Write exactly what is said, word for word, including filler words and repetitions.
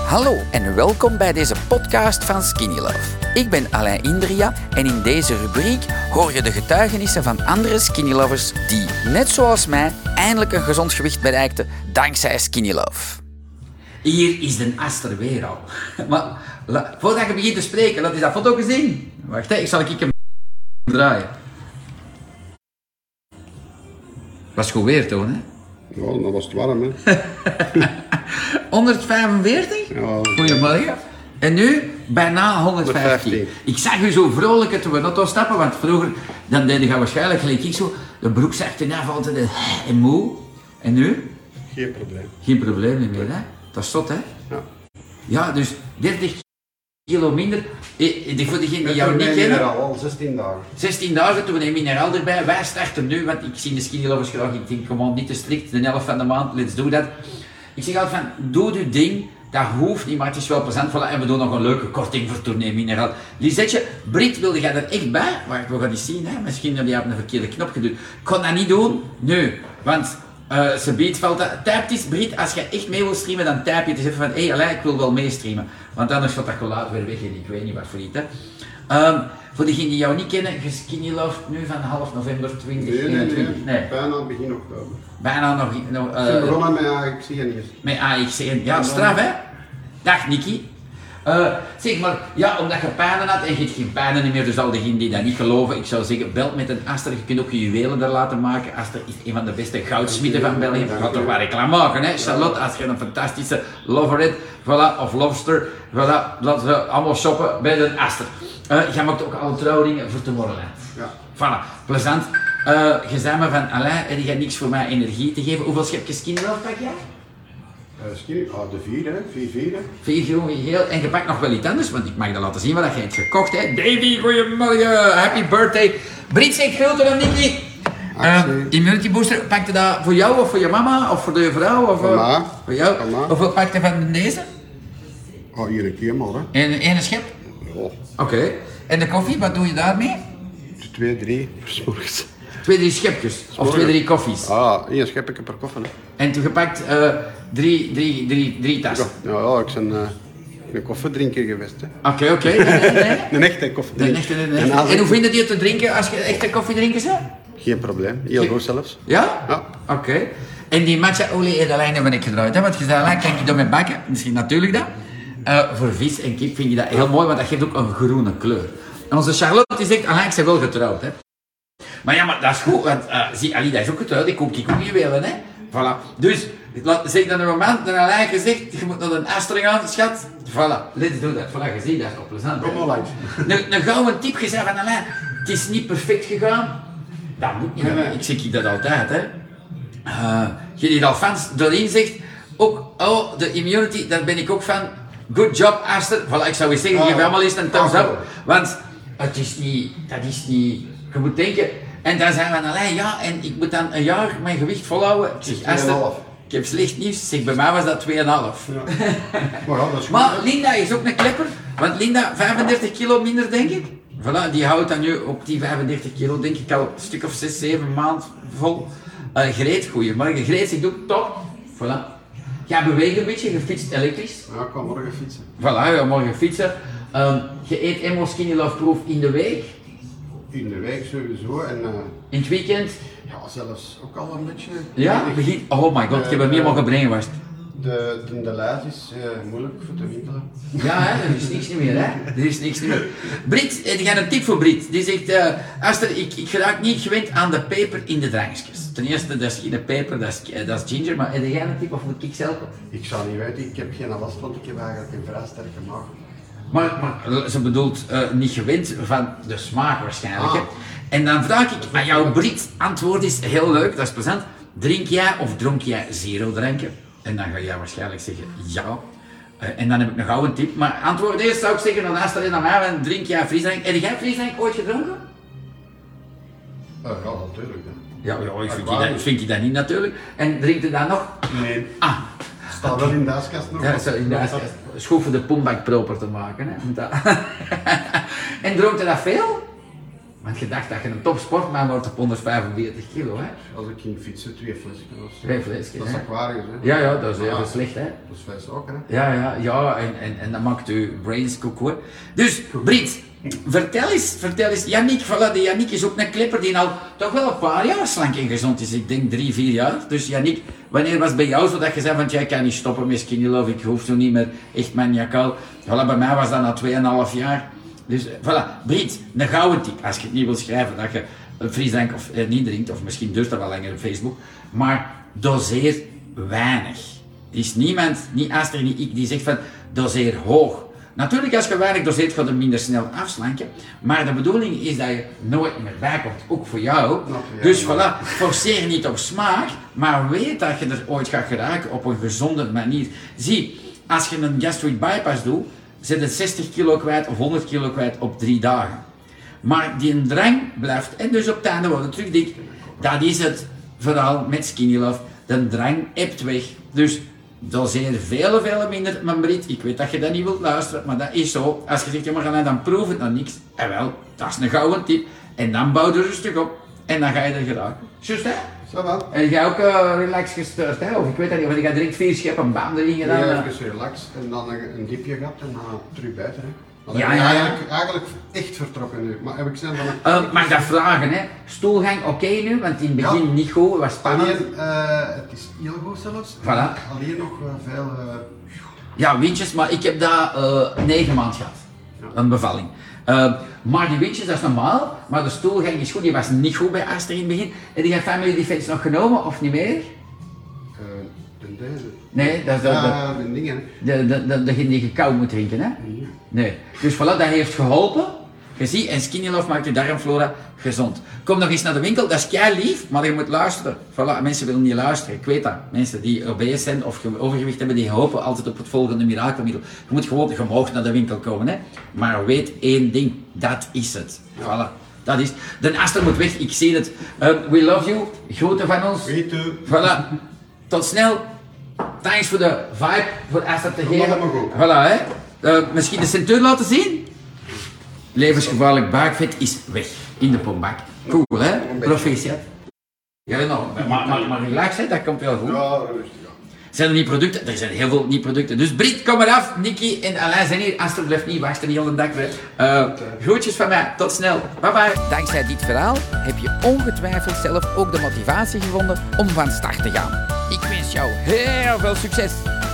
Hallo en welkom bij deze podcast van Skinny Love. Ik ben Alain Indria en in deze rubriek hoor je de getuigenissen van andere Skinny Lovers die, net zoals mij, eindelijk een gezond gewicht bereikten dankzij Skinny Love. Hier is de Aster weer al. Maar la, voordat je begint te spreken, laat eens dat foto zien. Wacht, hè, ik zal ik hem draaien. Was goed weer toen, hè? Ja, dat was het warm, hè. honderdvijfenveertig? Ja. Goedemorgen. En nu bijna honderdvijftien. honderdvijftien. Ik zag u zo vrolijk toen we auto stappen, want vroeger dan deed je waarschijnlijk gelijk ik zo, de broek zag erna altijd en moe. En nu? Geen probleem. Geen probleem meer, hè? Dat is zot, hè? Ja. Ja, dus dertig kilo minder. Eh, eh, voor degenen die jou niet kennen. Al zestien dagen. zestien dagen, toen we een mineraal erbij. Wij starten nu, want ik zie de Skinny Lovers graag. Ik denk, gewoon niet te strikt, de helft van de maand, let's do that. Ik zeg altijd van, doe je ding, dat hoeft niet, maar het is wel plezant. Voilà, en we doen nog een leuke korting voor Tournee Mineraal. Lisetje, Brit, wilde jij er echt bij? Wacht, we gaan eens zien, hè? Misschien heb je op een verkeerde knop gedrukt. Ik kon dat niet doen, nee, want uh, ze biedt valt dat. Typ is Brit, als je echt mee wil streamen, dan typ je het eens even van, hé, hey, Alain, ik wil wel meestreamen. Want anders gaat dat geluid weer weg en ik weet niet wat voor iets, hè. Um, voor degenen die jou niet kennen, je Skinny Love nu van half november twintig eenentwintig. Nee, nee, nee. Nee. Bijna begin oktober. Bijna nog. nog uh, Ik ben begonnen met A X C en eerst. Met A X C. Ja, straf hè? Dag Nicky. Uh, zeg maar, ja, omdat je pijnen had en je hebt geen pijnen meer, dus al diegenen die dat niet geloven, ik zou zeggen, bel met een Aster. Je kunt ook je juwelen daar laten maken. Aster is een van de beste goudsmitten van België. Je gaat toch maar reclame maken, hè? Charlotte, als je een fantastische lover hebt, voilà, of lobster, voilà, laten ze allemaal shoppen bij de Aster. Uh, jij maakt ook alle trouwringen voor Tomorrowland. Ja. Voilà, plezant. Uh, je zei me van, Alain, heb je niks voor mij energie te geven? Hoeveel schepjes Skinny Love pak jij? Uh, skinny, ah, de vier, hè. Vier, vier, hè. Vier groen geheel. En je pakt nog wel iets anders, want ik mag dat laten zien wat je hebt gekocht, hè. Davy, goeiemorgen. Happy birthday. Brit zegt groter dan Nicky. Uh, immunity booster, pak je dat voor jou of voor je mama of voor je vrouw? Of voor mij. Voor jou? Voor mij. Hoeveel pak je van deze? Oh, hier een keer maar, hè. En één schep? Ja. Oké. Okay. En de koffie, wat doe je daarmee? Twee, drie, s'morgens. Twee, drie schepjes. Of twee, drie koffies. Ah, één schepje per koffie, hè. En toen gepakt uh, drie, drie, drie, drie tassen. Ja, ja, ik ben uh, een koffiedrinker geweest, hè. Oké, oké. Nee, nee, nee. Een echte koffiedrinker. Een echte, een echte. En, en hoe vind je die te drinken als je echte koffiedrinker bent? Geen probleem, heel Geen... goed zelfs. Ja? Ja. Oké. Okay. En die matcha olie en de lijnen ben ik gedraaid, hè? Want je zei, kan ik daarmee bakken? Misschien natuurlijk dat. Uh, voor vis en kip vind je dat heel mooi, want dat geeft ook een groene kleur. En onze Charlotte die zegt, Alain, ik ben wel getrouwd, hè. Maar ja, maar dat is goed, want uh, zie, Ali, dat is ook getrouwd, ik koop die ook juwelen, hè. Voilà. Dus, zeg dan een moment, dan Alain gezegd, je moet naar een Aster gaan, schat. Voilà, let's do that. Voilà, je ziet, dat is ook plezant. Kom maar langs. Een, een gouden tip gezegd van Alain, het is niet perfect gegaan. Dat moet niet, nee, nee. Ik zeg je dat altijd, hè. Uh, je die al fans doorheen zegt, ook, oh, de immunity, daar ben ik ook van. Good job, Aster. Voilà, ik zou eens zeggen, geef oh, allemaal eens een thumbs up. Want het is niet, dat is niet, je moet denken. En dan zijn we van, allee, ja, en ik moet dan een jaar mijn gewicht volhouden. Ik zeg, Aster, ik heb slecht nieuws. Zeg, bij mij was dat twee komma vijf. Ja. Maar, ja, dat is maar Linda is ook een klepper, want Linda, vijfendertig kilo minder, denk ik. Voilà, die houdt dan nu op die vijfendertig kilo, denk ik, al een stuk of zes, zeven maand vol. Uh, Greet, goeiemorgen. Greet, ik doe top. Voilà. Ga bewegen een beetje, je fietst elektrisch. Ja, ik kan morgen fietsen. Voilà, je morgen fietsen. Um, je eet eenmaal Skinny Love Proof in de week. In de week sowieso en... Uh, in het weekend? Ja, zelfs ook al een beetje. Ja? Begin, oh my god, uh, ik heb hem helemaal gebrainwashed. De, de, de lijst is uh, moeilijk voor te winkelen. Ja, hè, er is niks meer, hè. Er is niks meer. Brit, heb jij een tip voor Brit? Die zegt, uh, Aster, ik, ik raak niet gewend aan de peper in de drankjes. Ten eerste, dat is geen peper, dat is, dat is ginger, maar heb jij een tip of moet ik zelf? Ik zou niet weten, ik heb geen last, want ik heb eigenlijk een vrij sterke maag. Maar, maar ze bedoelt uh, niet gewend van de smaak waarschijnlijk. Ah. En dan vraag ik, maar jouw Brit antwoord is heel leuk, dat is plezant. Drink jij of dronk jij zero dranken? En dan ga jij waarschijnlijk zeggen ja. Uh, en dan heb ik nog gauw een tip. Maar antwoord eerst zou ik zeggen, dan naast alleen naar mij, dan drink jij frisdrank. Heb jij frisdrank ooit gedronken? Uh, ja, natuurlijk. Ja, ja ik vind, je dat, vind je dat niet natuurlijk. En drinkt je dat nog? Nee. Ah. Staat wel in de ijskast nog. Ja, in de ijskast. Schoon voor de pombak proper te maken. Hè. En dronk je dat veel? Want je dacht dat je een topsportman wordt op honderdvijfenveertig kilo, hè? Als ik ging fietsen, twee flesjes. Twee flesjes, Dat is hè? aquarius, hè? Ja, ja, dat is heel Ja. slecht, hè? Dat is vijf ook, hè? Ja, ja, ja, en, en, en dat maakt uw brains koekoe. Dus, Brit, vertel eens, vertel eens. Yannick, voilà, die Yannick is ook een klepper die al toch wel een paar jaar slank en gezond is. Ik denk drie, vier jaar. Dus Yannick, wanneer was het bij jou zo dat je zei van, jij kan niet stoppen met Skinny Love, ik hoef zo niet meer echt maniacaal. Voilà, bij mij was dat na tweeënhalf jaar. Dus, voilà, Brit, een gouden tip. Als je het niet wilt schrijven, dat je een frisdrank of eh, niet drinkt, of misschien duurt dat wel langer op Facebook, maar doseer weinig. Er is niemand, niet Astrid, niet ik, die zegt van doseer hoog. Natuurlijk, als je weinig doseert, gaat je minder snel afslanken. Maar de bedoeling is dat je nooit meer bijkomt, ook voor jou. Dus voilà, forceer niet op smaak, maar weet dat je er ooit gaat geraken op een gezonde manier. Zie, als je een gastric bypass doet, zit je zestig kilo kwijt of honderd kilo kwijt op drie dagen. Maar die drang blijft, en dus op het einde worden terug dik, dat is het vooral met Skinny Love. De drang ebt weg. Dus doseer veel, veel minder, mijn Brit. Ik weet dat je dat niet wilt luisteren, maar dat is zo. Als je zegt, ja, maar dan proef het nog niks. En wel, dat is een gouden tip. En dan bouw je rustig op. En dan ga je er geraken. Juist, hè? Zo wel. En jij ook uh, relax gestuurd, hè? Of ik weet dat niet, want ik ga direct vier scheppen bam erin gedaan. Ja, uh. even relax en dan een, een diepje gehad en dan terug buiten, hè? Dan Ja, ben ik ja, ja. Eigenlijk, eigenlijk echt vertrokken nu. Maar heb ik snel van een... Uh, mag ik dat vragen, hè? Stoelgang oké nu, want in het begin Ja. niet goed, was spannend. Alleen, uh, het is heel goed zelfs. Voilà. Alleen nog uh, veel... Uh, Ja, windjes, maar ik heb dat uh, negen maanden gehad. Ja. Een bevalling. Uh, maar die windjes, dat is normaal, maar de stoelgang is goed. Die was niet goed bij Astrid in het begin. Heb je Family Defense nog genomen of niet meer? uh, de deze. Nee, dat is de, de, Ja, de dingen. de, de, de, degene die je kou moet drinken, hè? Ja. Nee. Dus voilà, dat heeft geholpen. Je ziet, en Skinny Love maakt je darmflora gezond. Kom nog eens naar de winkel, dat is kei lief, maar je moet luisteren. Voilà, mensen willen niet luisteren, ik weet dat. Mensen die obese zijn of overgewicht hebben, die hopen altijd op het volgende mirakelmiddel. Je moet gewoon, je mag naar de winkel komen, hè. Maar weet één ding, dat is het. Voilà, dat is. De Aster moet weg, ik zie het. Uh, we love you, groeten van ons. Weet u. Voilà, tot snel. Thanks voor de vibe, voor Aster te geven. allemaal goed. Voilà, hè. Uh, misschien de centuur laten zien? Levensgevaarlijk buikvet is weg in de pombak. Cool, hè? Proficiat. Ja, nou, maar, maar, maar relax, hè? Dat komt wel goed. Ja, rustig aan. Zijn er niet producten? Er zijn heel veel niet producten. Dus Brit, kom eraf. Nicky en Alain zijn hier. Astrid blijft niet wachten, niet al een dag weer. Uh, groetjes van mij. Tot snel. Bye bye. Dankzij dit verhaal heb je ongetwijfeld zelf ook de motivatie gevonden om van start te gaan. Ik wens jou heel veel succes.